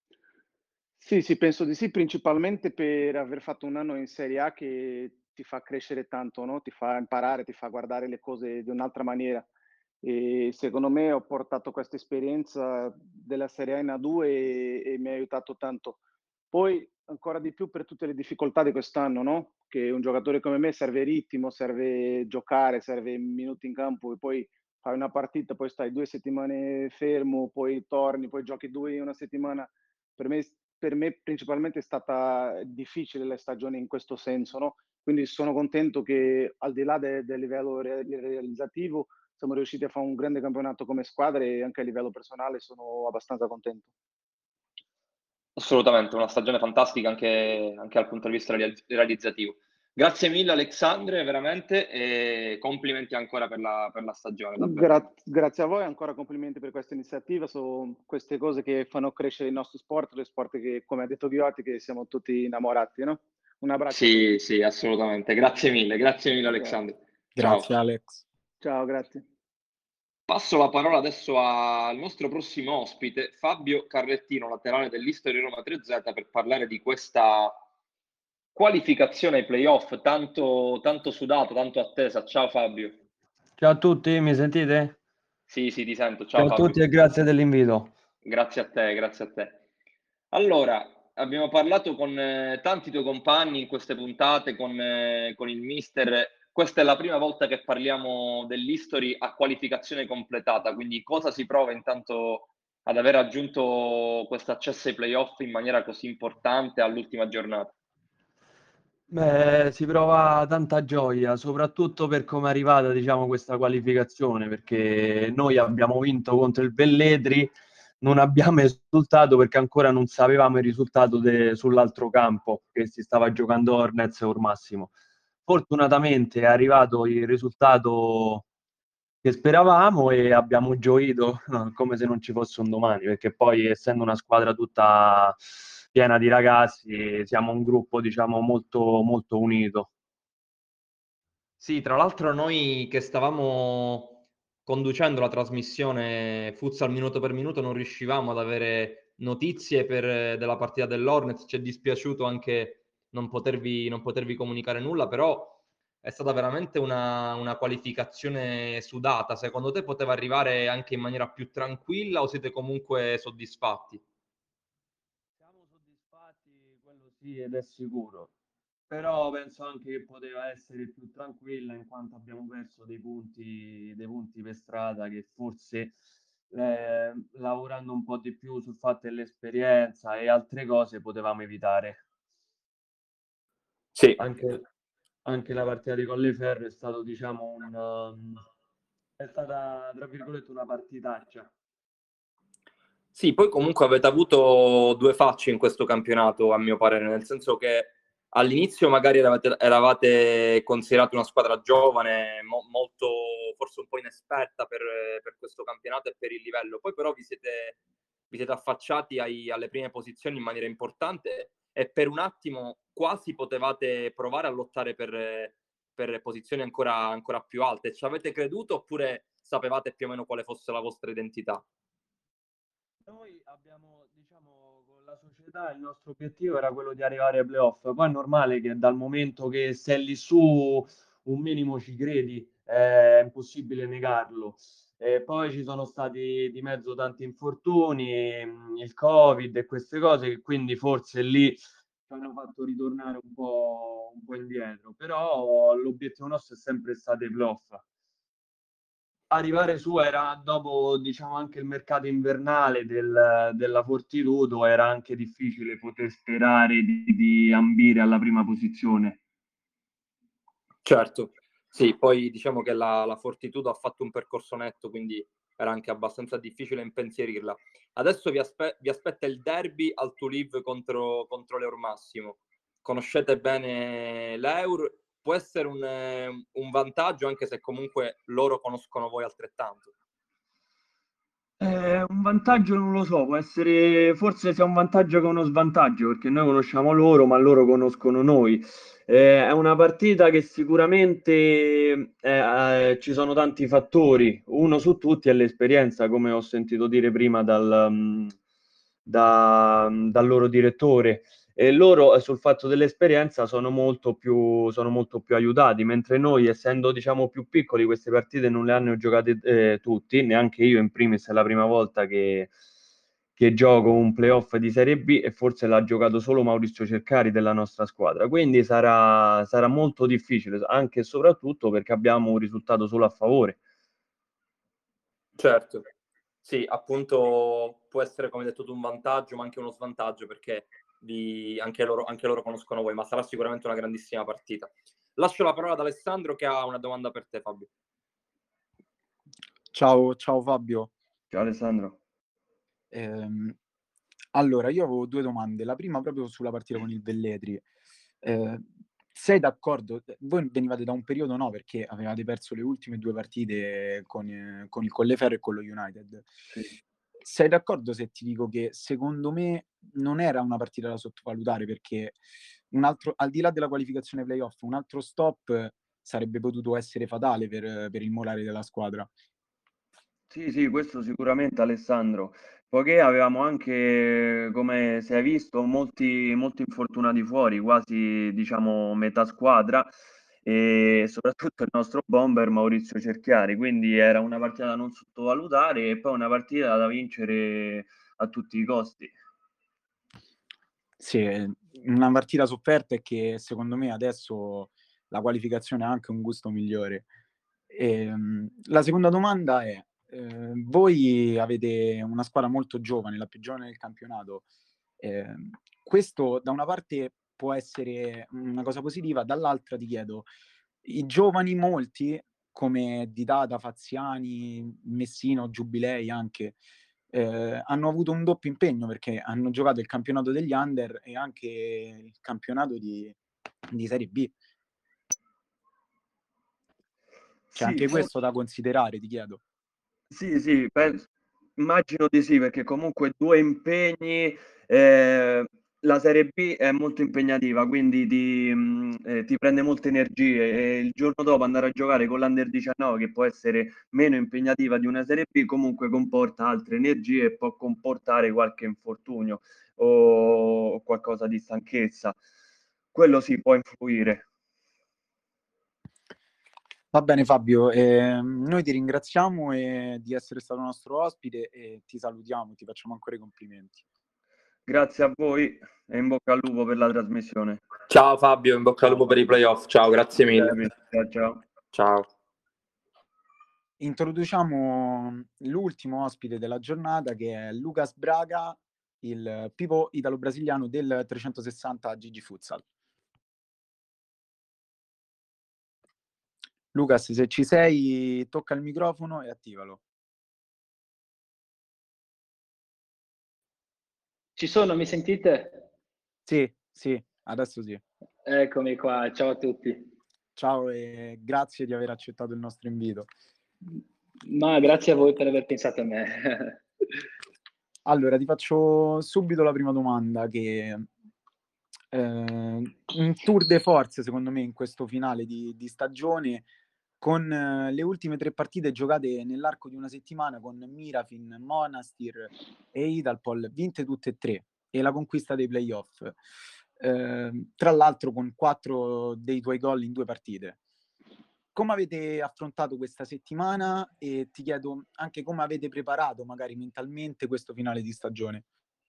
Sì, sì, penso di sì, principalmente per aver fatto un anno in Serie A che ti fa crescere tanto, no? Ti fa imparare, ti fa guardare le cose di un'altra maniera. E secondo me ho portato questa esperienza della Serie A in A2 e mi ha aiutato tanto. Poi ancora di più per tutte le difficoltà di quest'anno, no? Che un giocatore come me serve ritmo, serve giocare, serve minuti in campo e poi fai una partita, poi stai 2 settimane fermo, poi torni, poi giochi 2 in una settimana. Per me, per me principalmente è stata difficile la stagione in questo senso, no? Quindi sono contento che al di là del livello realizzativo siamo riusciti a fare un grande campionato come squadra e anche a livello personale sono abbastanza contento. Assolutamente, una stagione fantastica anche dal punto di vista realizzativo. Grazie mille Alexandre, veramente, e complimenti ancora per la stagione, davvero. Grazie a voi, ancora complimenti per questa iniziativa, sono queste cose che fanno crescere il nostro sport, lo sport che, come ha detto Ghiotti, che siamo tutti innamorati, no? Un abbraccio a Sì, tutti. sì, assolutamente. Grazie mille Alexandre. Grazie Ciao. Alex. Ciao, grazie. Passo la parola adesso al nostro prossimo ospite, Fabio Carrettino, laterale dell'History Roma 3Z, per parlare di questa qualificazione ai playoff tanto sudata, tanto attesa. Ciao Fabio. Ciao a tutti, mi sentite? Sì, ti sento. Ciao Ciao a Fabio. tutti e grazie dell'invito. Grazie a te, grazie a te. Allora, abbiamo parlato con tanti tuoi compagni in queste puntate, con il mister questa è la prima volta che parliamo dell'History a qualificazione completata, quindi cosa si prova intanto ad aver raggiunto questo accesso ai playoff in maniera così importante all'ultima giornata? Beh, si prova tanta gioia, soprattutto per come è arrivata, diciamo, questa qualificazione, perché noi abbiamo vinto contro il Velletri, non abbiamo esultato perché ancora non sapevamo il risultato sull'altro campo, che si stava giocando Hornets e Ormassimo. Fortunatamente è arrivato il risultato che speravamo e abbiamo gioito come se non ci fosse un domani, perché poi essendo una squadra tutta piena di ragazzi, siamo un gruppo, diciamo, molto, molto unito. Sì, tra l'altro noi che stavamo conducendo la trasmissione Futsal minuto per minuto non riuscivamo ad avere notizie della partita dell'Hornets, ci è dispiaciuto anche non potervi comunicare nulla, però è stata veramente una qualificazione sudata. Secondo te poteva arrivare anche in maniera più tranquilla o siete comunque soddisfatti? Siamo soddisfatti, quello sì, ed è sicuro. Però penso anche che poteva essere più tranquilla in quanto abbiamo perso dei punti per strada che forse lavorando un po' di più sul fatto dell'esperienza e altre cose potevamo evitare. Sì, Anche la partita di Colleferro è stato, diciamo, è stata, tra virgolette, una partitaccia. Sì, poi comunque avete avuto due facce in questo campionato, a mio parere, nel senso che all'inizio magari eravate considerati una squadra giovane, molto, forse un po' inesperta per questo campionato e per il livello, poi però vi siete affacciati alle prime posizioni in maniera importante e per un attimo quasi potevate provare a lottare per posizioni ancora più alte. Ci avete creduto oppure sapevate più o meno quale fosse la vostra identità? Noi abbiamo, diciamo, con la società il nostro obiettivo era quello di arrivare ai playoff. Poi è normale che dal momento che sei lì su un minimo ci credi, è impossibile negarlo. E poi ci sono stati di mezzo tanti infortuni, il Covid e queste cose, che quindi forse lì ci hanno fatto ritornare un po' indietro. Però l'obiettivo nostro è sempre stato i playoff. Arrivare su era dopo, diciamo, anche il mercato invernale della Fortitudo, era anche difficile poter sperare di ambire alla prima posizione. Certo, sì, poi diciamo che la Fortitudo ha fatto un percorso netto, quindi era anche abbastanza difficile impensierirla. Adesso vi aspetta il derby al To Live contro l'Eur Massimo. Conoscete bene l'Eur, può essere un vantaggio anche se comunque loro conoscono voi altrettanto. Un vantaggio non lo so, può essere forse sia un vantaggio che uno svantaggio, perché noi conosciamo loro, ma loro conoscono noi. È una partita che sicuramente ci sono tanti fattori. Uno su tutti è l'esperienza, come ho sentito dire prima dal loro direttore. E loro sul fatto dell'esperienza sono molto più aiutati, mentre noi, essendo diciamo più piccoli, queste partite non le hanno giocate tutti, neanche io in primis è la prima volta che gioco un playoff di Serie B e forse l'ha giocato solo Maurizio Cercari della nostra squadra, quindi sarà molto difficile, anche e soprattutto perché abbiamo un risultato solo a favore. Certo, sì, appunto può essere, come hai detto tu, un vantaggio, ma anche uno svantaggio perché anche loro conoscono voi, ma sarà sicuramente una grandissima partita. Lascio la parola ad Alessandro che ha una domanda per te, Fabio. Ciao Fabio. Ciao Alessandro. Allora, io avevo due domande. La prima proprio sulla partita con il Velletri. Sei d'accordo? Voi venivate da un periodo no, perché avevate perso le ultime due partite con il Colleferro e con lo United. Sì. Sei d'accordo se ti dico che secondo me non era una partita da sottovalutare, perché al di là della qualificazione playoff, un altro stop sarebbe potuto essere fatale per il morale della squadra. Sì, questo sicuramente Alessandro, poiché avevamo anche, come si è visto, molti infortunati fuori, quasi diciamo metà squadra, e soprattutto il nostro bomber Maurizio Cerchiari, quindi era una partita da non sottovalutare e poi una partita da vincere a tutti i costi. Sì, una partita sofferta e che secondo me adesso la qualificazione ha anche un gusto migliore. La seconda domanda è, voi avete una squadra molto giovane, la più giovane del campionato. Questo da una parte può essere una cosa positiva, dall'altra ti chiedo, i giovani molti, come Didada, Faziani, Messino, Giubilei anche, hanno avuto un doppio impegno perché hanno giocato il campionato degli under e anche il campionato di Serie B. C'è anche questo da considerare, ti chiedo. Sì, immagino di sì, perché comunque 2 impegni, la Serie B è molto impegnativa, quindi ti prende molte energie e il giorno dopo andare a giocare con l'Under 19, che può essere meno impegnativa di una Serie B, comunque comporta altre energie e può comportare qualche infortunio o qualcosa di stanchezza. Quello sì, può influire. Va bene Fabio, noi ti ringraziamo di essere stato nostro ospite e ti salutiamo, ti facciamo ancora i complimenti. Grazie a voi e in bocca al lupo per la trasmissione. Ciao Fabio, in bocca al lupo per i playoff. Ciao, grazie mille. Ciao. Ciao. Introduciamo l'ultimo ospite della giornata, che è Lucas Braga, il pivot italo-brasiliano del 360 Gigi Futsal. Lucas, se ci sei, tocca il microfono e attivalo. Ci sono, mi sentite? Sì, adesso sì. Eccomi qua, ciao a tutti. Ciao e grazie di aver accettato il nostro invito. Ma grazie a voi per aver pensato a me. Allora, ti faccio subito la prima domanda, che un tour de force secondo me in questo finale di stagione, con le ultime 3 partite giocate nell'arco di una settimana con Mirafin, Monastir e Idalpol, vinte tutte e 3, e la conquista dei playoff. Tra l'altro con 4 dei tuoi gol in 2 partite. Come avete affrontato questa settimana e ti chiedo anche come avete preparato magari mentalmente questo finale di stagione?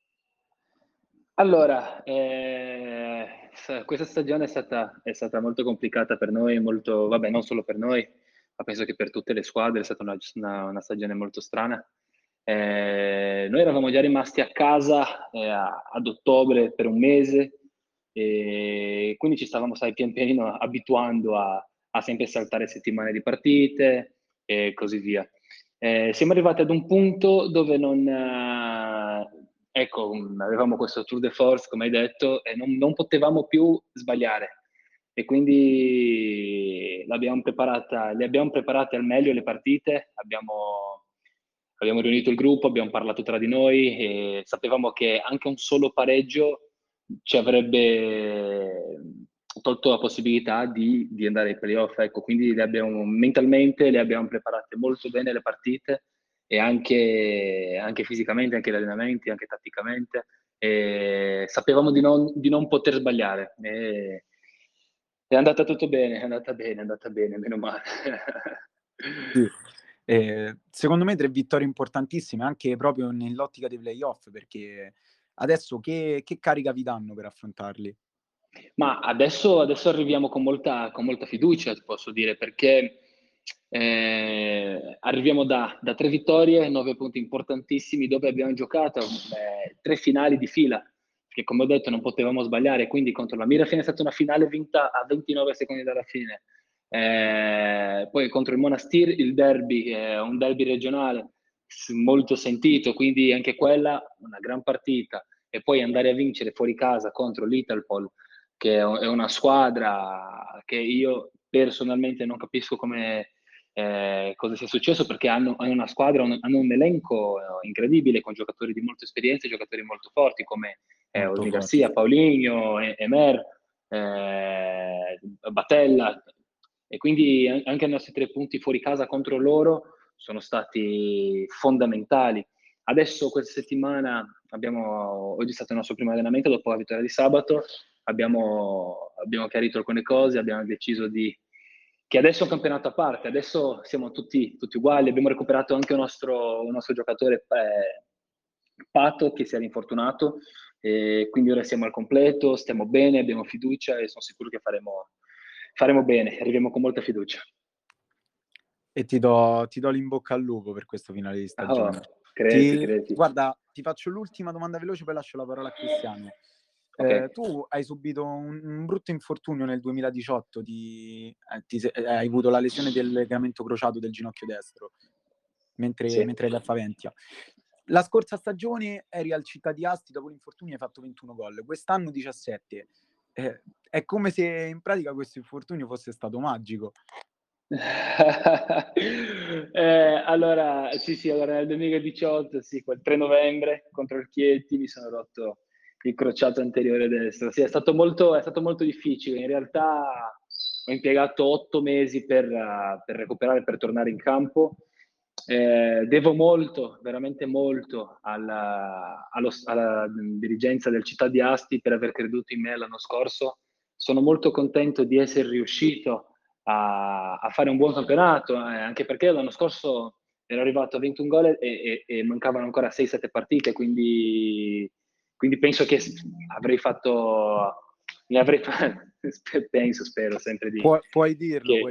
Allora, questa stagione è stata molto complicata per noi, molto, vabbè, non solo per noi, ma penso che per tutte le squadre è stata una stagione molto strana. Noi eravamo già rimasti a casa ad ottobre per un mese, e quindi ci stavamo, sai, pian pianino abituando a sempre saltare settimane di partite e così via. Siamo arrivati ad un punto dove ecco, avevamo questo tour de force, come hai detto, e non potevamo più sbagliare. E quindi le abbiamo preparate al meglio le partite, abbiamo riunito il gruppo, abbiamo parlato tra di noi e sapevamo che anche un solo pareggio ci avrebbe tolto la possibilità di andare ai playoff. Ecco, quindi mentalmente le abbiamo preparate molto bene le partite, e anche fisicamente, anche gli allenamenti, anche tatticamente. E sapevamo di non poter sbagliare. E è andata tutto bene, è andata bene, meno male. Sì. Secondo me 3 vittorie importantissime anche proprio nell'ottica dei playoff, perché adesso che carica vi danno per affrontarli? Ma adesso arriviamo con molta fiducia, ti posso dire, perché arriviamo da 3 vittorie, 9 punti importantissimi, dove abbiamo giocato 3 finali di fila, che come ho detto non potevamo sbagliare, quindi contro la Mirafin è stata una finale vinta a 29 secondi dalla fine. Poi contro il Monastir il derby, un derby regionale molto sentito, quindi anche quella una gran partita, e poi andare a vincere fuori casa contro l'Italpol, che è una squadra che io personalmente non capisco cosa sia successo, perché hanno una squadra, hanno un elenco incredibile, con giocatori di molta esperienza, giocatori molto forti come Osni Garcia, Paulinho, Emer, Batella, e quindi anche i nostri 3 punti fuori casa contro loro sono stati fondamentali. Adesso questa settimana oggi è stato il nostro primo allenamento dopo la vittoria di sabato, abbiamo chiarito alcune cose, abbiamo deciso che adesso è un campionato a parte, adesso siamo tutti uguali, abbiamo recuperato anche un nostro giocatore Pato, che si era infortunato, e quindi ora siamo al completo, stiamo bene, abbiamo fiducia e sono sicuro che faremo bene, arriviamo con molta fiducia. E ti do l'in bocca al lupo per questo finale di stagione. Credi. Guarda, ti faccio l'ultima domanda veloce, poi lascio la parola a Cristiano. Okay. Tu hai subito un brutto infortunio nel 2018, hai avuto la lesione del legamento crociato del ginocchio destro mentre eri a Faventia. La scorsa stagione eri al Città di Asti, dopo l'infortunio hai fatto 21 gol, quest'anno 17. È come se in pratica questo infortunio fosse stato magico. Allora nel 2018, quel 3 novembre contro il Chieti mi sono rotto il crociato anteriore destro. Sì, è stato molto difficile. In realtà ho impiegato 8 mesi per recuperare, per tornare in campo. Devo molto, veramente molto alla dirigenza del Città di Asti per aver creduto in me l'anno scorso. Sono molto contento di essere riuscito a fare un buon campionato, anche perché l'anno scorso ero arrivato a 21 gol e mancavano ancora 6-7 partite, quindi penso che spero sempre di puoi dirlo,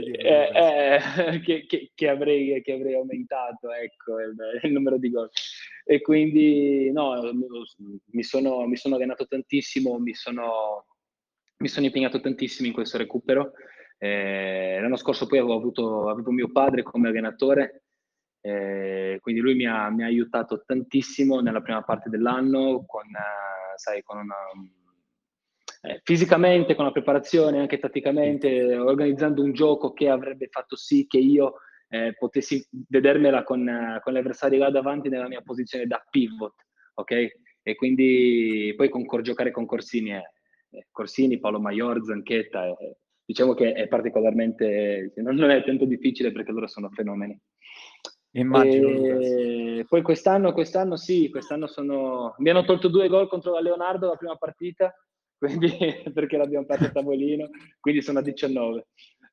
che avrei aumentato, ecco, il numero di gol. E quindi mi sono allenato tantissimo, mi sono impegnato tantissimo in questo recupero. L'anno scorso poi avevo mio padre come allenatore, quindi lui mi ha aiutato tantissimo nella prima parte dell'anno fisicamente, con la preparazione, anche tatticamente, organizzando un gioco che avrebbe fatto sì che io potessi vedermela con l'avversario là davanti nella mia posizione da pivot, ok? E quindi poi giocare con Corsini, Paolo Maior, Zanchetta, diciamo che è particolarmente, non è tanto difficile perché loro sono fenomeni. Immagino, e poi quest'anno mi hanno tolto 2 gol contro la Leonardo la prima partita, quindi perché l'abbiamo perso a tavolino, quindi sono a 19.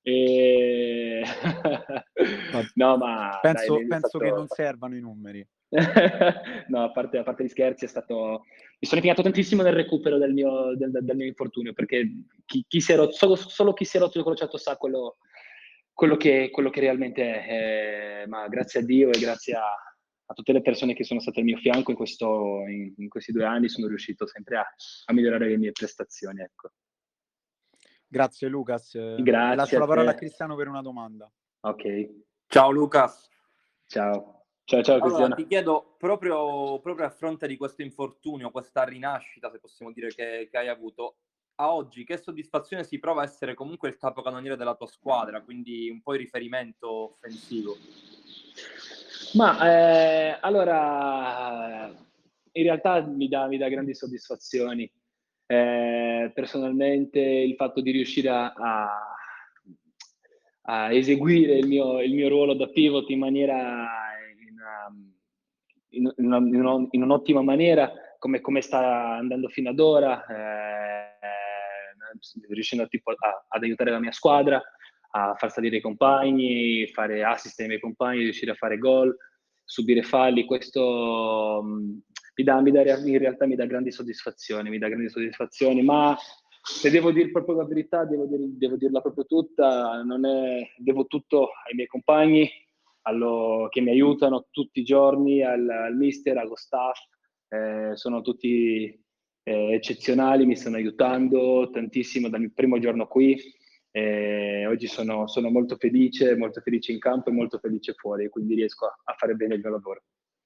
No, ma penso stato... che non servano i numeri. No, a parte gli scherzi, mi sono impegnato tantissimo nel recupero del mio infortunio, perché solo chi si è rotto il crociato sa quello che realmente è. Ma grazie a Dio e grazie a tutte le persone che sono state al mio fianco in questi 2 anni sono riuscito sempre a migliorare le mie prestazioni, ecco. Grazie Lucas. Grazie, lascio la parola a Cristiano per una domanda. Ok. Ciao Lucas. Ciao Allora, Cristiano. ti chiedo, proprio a fronte di questo infortunio, questa rinascita, se possiamo dire, che hai avuto, a oggi che soddisfazione si prova a essere comunque il capocannoniere della tua squadra, quindi un po' il riferimento offensivo? Ma allora, in realtà mi dà grandi soddisfazioni. Personalmente il fatto di riuscire a eseguire il mio ruolo da pivot in maniera in un'ottima maniera, come sta andando fino ad ora, riuscendo ad aiutare la mia squadra, a far salire i compagni, fare assist ai miei compagni, riuscire a fare gol, subire falli. Questo in realtà mi dà grandi soddisfazioni, ma se devo dire proprio la verità, devo dirla proprio tutta, devo tutto ai miei compagni, che mi aiutano tutti i giorni, al mister, allo staff, sono tutti eccezionali, mi stanno aiutando tantissimo dal mio primo giorno qui. Oggi sono molto felice in campo e molto felice fuori, quindi riesco a fare bene il mio lavoro.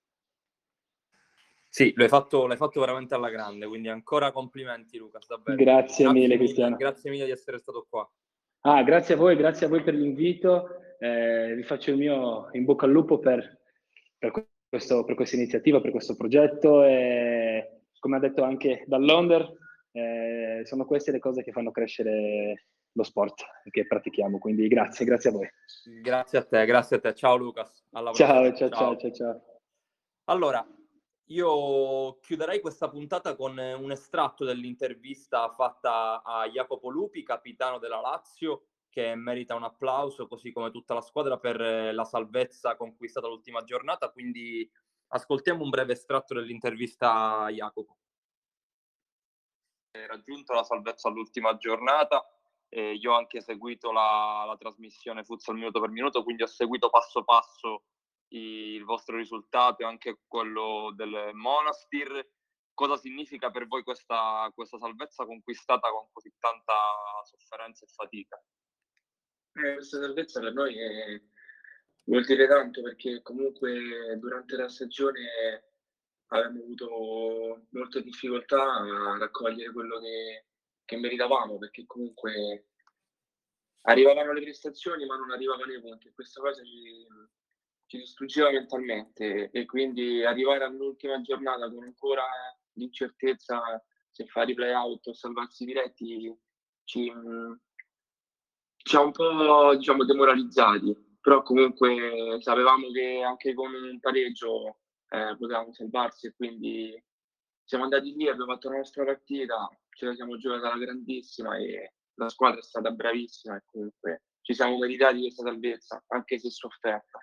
Sì, l'hai fatto veramente alla grande, quindi ancora complimenti Lucas, davvero. Grazie mille Cristiano. Grazie mille di essere stato qua. Grazie a voi per l'invito, vi faccio il mio in bocca al lupo per questa iniziativa, per questo progetto, e come ha detto anche Dall'Onder, sono queste le cose che fanno crescere lo sport che pratichiamo, quindi grazie a voi. Grazie a te, ciao Lucas, alla prossima. Ciao. Allora, io chiuderei questa puntata con un estratto dell'intervista fatta a Jacopo Lupi, capitano della Lazio, che merita un applauso, così come tutta la squadra, per la salvezza conquistata l'ultima giornata, quindi ascoltiamo un breve estratto dell'intervista a Jacopo. Raggiunto la salvezza all'ultima giornata, io ho anche seguito la trasmissione Futsal minuto per minuto, quindi ho seguito passo passo il vostro risultato e anche quello del Monastir. Cosa significa per voi questa salvezza conquistata con così tanta sofferenza e fatica? Questa salvezza per noi vuol dire tanto, perché comunque durante la stagione abbiamo avuto molte difficoltà a raccogliere quello che meritavamo, perché comunque arrivavano le prestazioni ma non arrivavano i punti, e questa cosa ci distruggeva mentalmente, e quindi arrivare all'ultima giornata con ancora l'incertezza se fare i play-out o salvarsi diretti ci ha un po', diciamo, demoralizzati, però comunque sapevamo che anche con un pareggio potevamo salvarsi, e quindi siamo andati lì, abbiamo fatto la nostra partita, ce la siamo giocata alla grandissima e la squadra è stata bravissima, e comunque ci siamo meritati questa salvezza, anche se sofferta.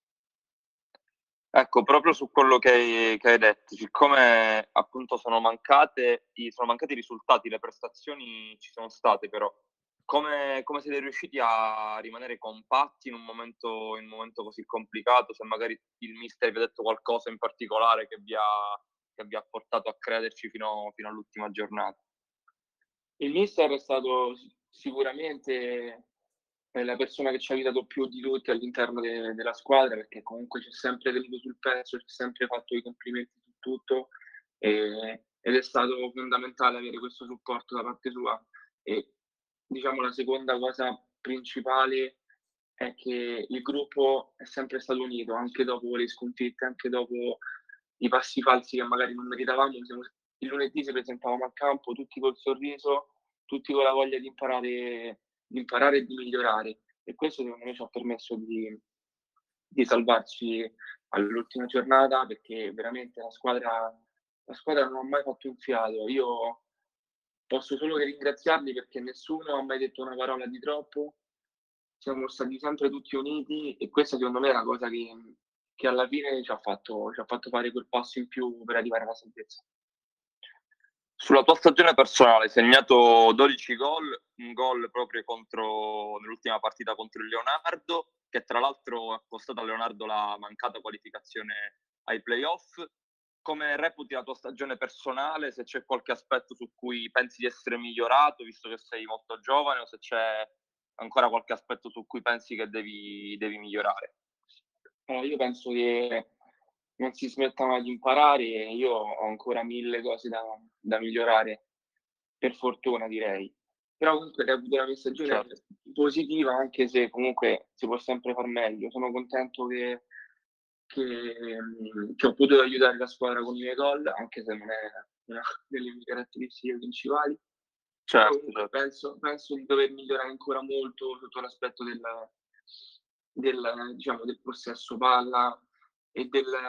Ecco, proprio su quello che hai detto, siccome appunto sono mancati i risultati, le prestazioni ci sono state, però come siete riusciti a rimanere compatti in un momento così complicato? Se magari il mister vi ha detto qualcosa in particolare che vi ha portato a crederci fino all'ultima giornata? Il mister è stato sicuramente la persona che ci ha aiutato più di tutti all'interno della squadra, perché comunque ci è sempre tenuto sul pezzo, ci ha sempre fatto i complimenti su tutto, ed è stato fondamentale avere questo supporto da parte sua. E diciamo la seconda cosa principale è che il gruppo è sempre stato unito, anche dopo le sconfitte, anche dopo i passi falsi che magari non meritavamo. Il lunedì ci presentavamo a campo tutti col sorriso, tutti con la voglia di imparare e di migliorare, e questo secondo me ci ha permesso di salvarci all'ultima giornata, perché veramente la squadra non ha mai fatto un fiato. Io posso solo che ringraziarli, perché nessuno ha mai detto una parola di troppo, siamo stati sempre tutti uniti, e questa secondo me è la cosa che alla fine ci ha fatto fare quel passo in più per arrivare alla salvezza. Sulla tua stagione personale hai segnato 12 gol, un gol proprio nell'ultima partita contro il Leonardo, che tra l'altro ha costato a Leonardo la mancata qualificazione ai playoff. Come reputi la tua stagione personale? Se c'è qualche aspetto su cui pensi di essere migliorato, visto che sei molto giovane, o se c'è ancora qualche aspetto su cui pensi che devi migliorare? Allora, io penso che non si smetta mai di imparare, e io ho ancora 1000 cose da migliorare, per fortuna direi. Però comunque reputo la mia stagione positiva, anche se comunque si può sempre far meglio. Sono contento che ho potuto aiutare la squadra con i miei gol, anche se non è una delle mie caratteristiche principali. Certo. Penso di dover migliorare ancora molto sotto l'aspetto del possesso palla e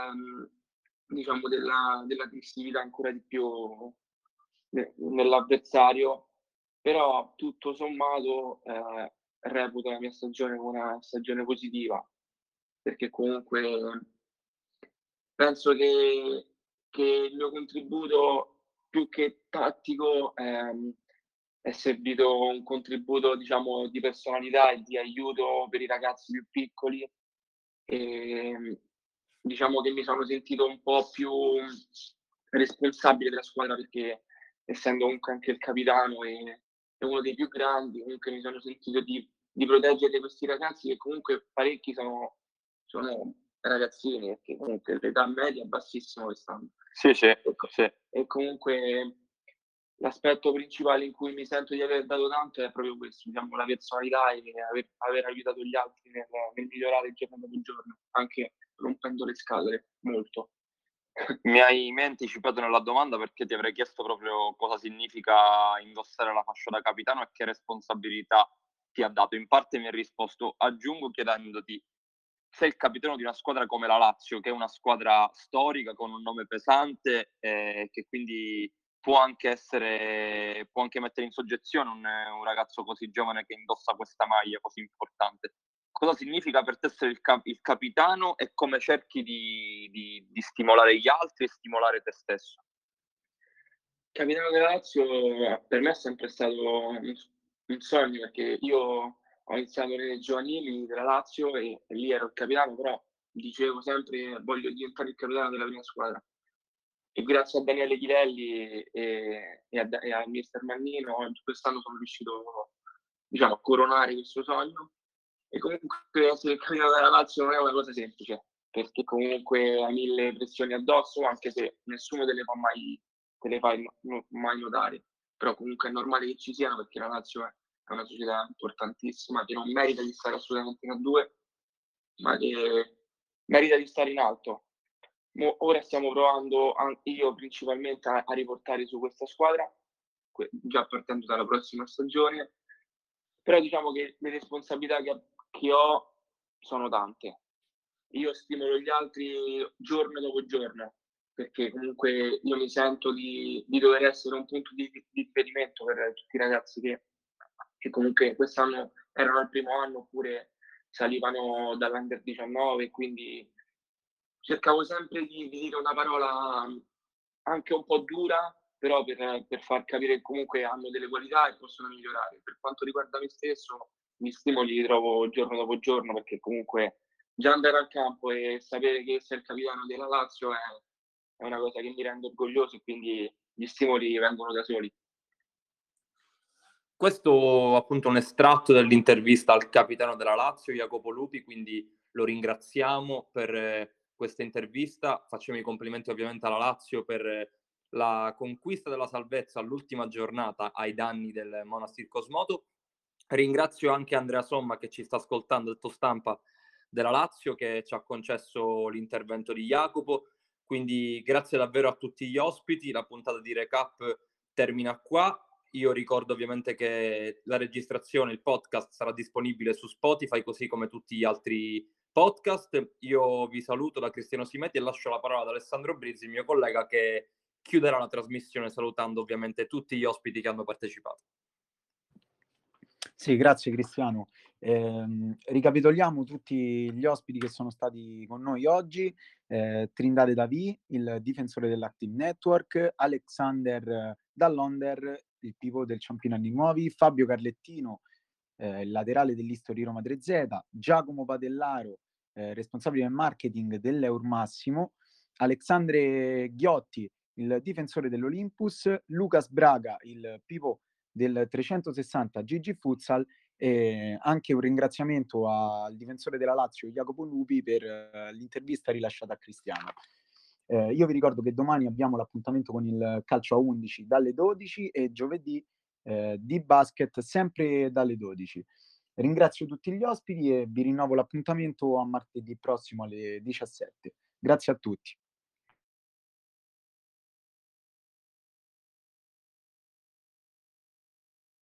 dell'aggressività ancora di più nell'avversario, però tutto sommato reputo la mia stagione una stagione positiva, perché comunque penso che il mio contributo, più che tattico, è servito un contributo, diciamo, di personalità e di aiuto per i ragazzi più piccoli, e diciamo che mi sono sentito un po' più responsabile della squadra, perché essendo comunque anche il capitano e uno dei più grandi, comunque mi sono sentito di proteggere questi ragazzi, che comunque parecchi sono ragazzini, perché comunque l'età media è bassissima quest'anno. Sì. E comunque l'aspetto principale in cui mi sento di aver dato tanto è proprio questo, diciamo, la personalità e aver aiutato gli altri nel migliorare giorno dopo giorno, anche rompendo le scatole, molto. Mi hai anticipato nella domanda, perché ti avrei chiesto proprio cosa significa indossare la fascia da capitano e che responsabilità ti ha dato. In parte mi hai risposto, aggiungo chiedendoti: sei il capitano di una squadra come la Lazio, che è una squadra storica con un nome pesante, che quindi può anche mettere in soggezione un ragazzo così giovane che indossa questa maglia così importante. Cosa significa per te essere il capitano, e come cerchi di stimolare gli altri e stimolare te stesso? Capitano della Lazio per me è sempre stato un sogno, perché io ho iniziato nelle giovanili della Lazio e lì ero il capitano, però dicevo sempre voglio diventare il capitano della prima squadra. E grazie a Daniele Chirelli e a mister Mannino quest'anno sono riuscito, diciamo, a coronare questo sogno. E comunque essere il capitano della Lazio non è una cosa semplice, perché comunque hai 1000 pressioni addosso, anche se nessuno te le fa mai notare. Però comunque è normale che ci siano, perché la Lazio è una società importantissima che non merita di stare assolutamente in A2, ma che merita di stare in alto. Ora stiamo provando io principalmente a riportare su questa squadra, già partendo dalla prossima stagione, però diciamo che le responsabilità che ho sono tante. Io stimolo gli altri giorno dopo giorno, perché comunque io mi sento di dover essere un punto di riferimento per tutti i ragazzi che comunque quest'anno erano al primo anno oppure salivano dall'Under 19, quindi cercavo sempre di dire una parola anche un po' dura, però per far capire che comunque hanno delle qualità e possono migliorare. Per quanto riguarda me stesso, gli stimoli li trovo giorno dopo giorno, perché comunque già andare al campo e sapere che sei il capitano della Lazio è una cosa che mi rende orgoglioso, e quindi gli stimoli vengono da soli. Questo appunto è un estratto dell'intervista al capitano della Lazio, Jacopo Lupi, quindi lo ringraziamo per questa intervista. Facciamo i complimenti ovviamente alla Lazio per la conquista della salvezza all'ultima giornata ai danni del Monastir Cosmoto. Ringrazio anche Andrea Somma che ci sta ascoltando, detto stampa della Lazio, che ci ha concesso l'intervento di Jacopo. Quindi grazie davvero a tutti gli ospiti. La puntata di recap termina qua. Io ricordo ovviamente che la registrazione, il podcast sarà disponibile su Spotify, così come tutti gli altri podcast. Io vi saluto da Cristiano Simeti e lascio la parola ad Alessandro Brizzi, il mio collega, che chiuderà la trasmissione salutando ovviamente tutti gli ospiti che hanno partecipato. Sì, grazie Cristiano. Ricapitoliamo tutti gli ospiti che sono stati con noi oggi. Trindade Davi, il difensore dell'Active Network, Alexander Dall'Onder, il pivot del Ciampino Anni Nuovi, Fabio Carlettino, il laterale dell'History Roma 3Z, Giacomo Padellaro, responsabile del marketing dell'Eur Massimo, Alexandre Ghiotti, il difensore dell'Olympus, Lucas Braga, il pivot del 360 GG Futsal, e anche un ringraziamento al difensore della Lazio Jacopo Lupi per l'intervista rilasciata a Cristiano. Io vi ricordo che domani abbiamo l'appuntamento con il calcio a 11 dalle 12 e giovedì di basket sempre dalle 12. Ringrazio tutti gli ospiti e vi rinnovo l'appuntamento a martedì prossimo alle 17. Grazie a tutti.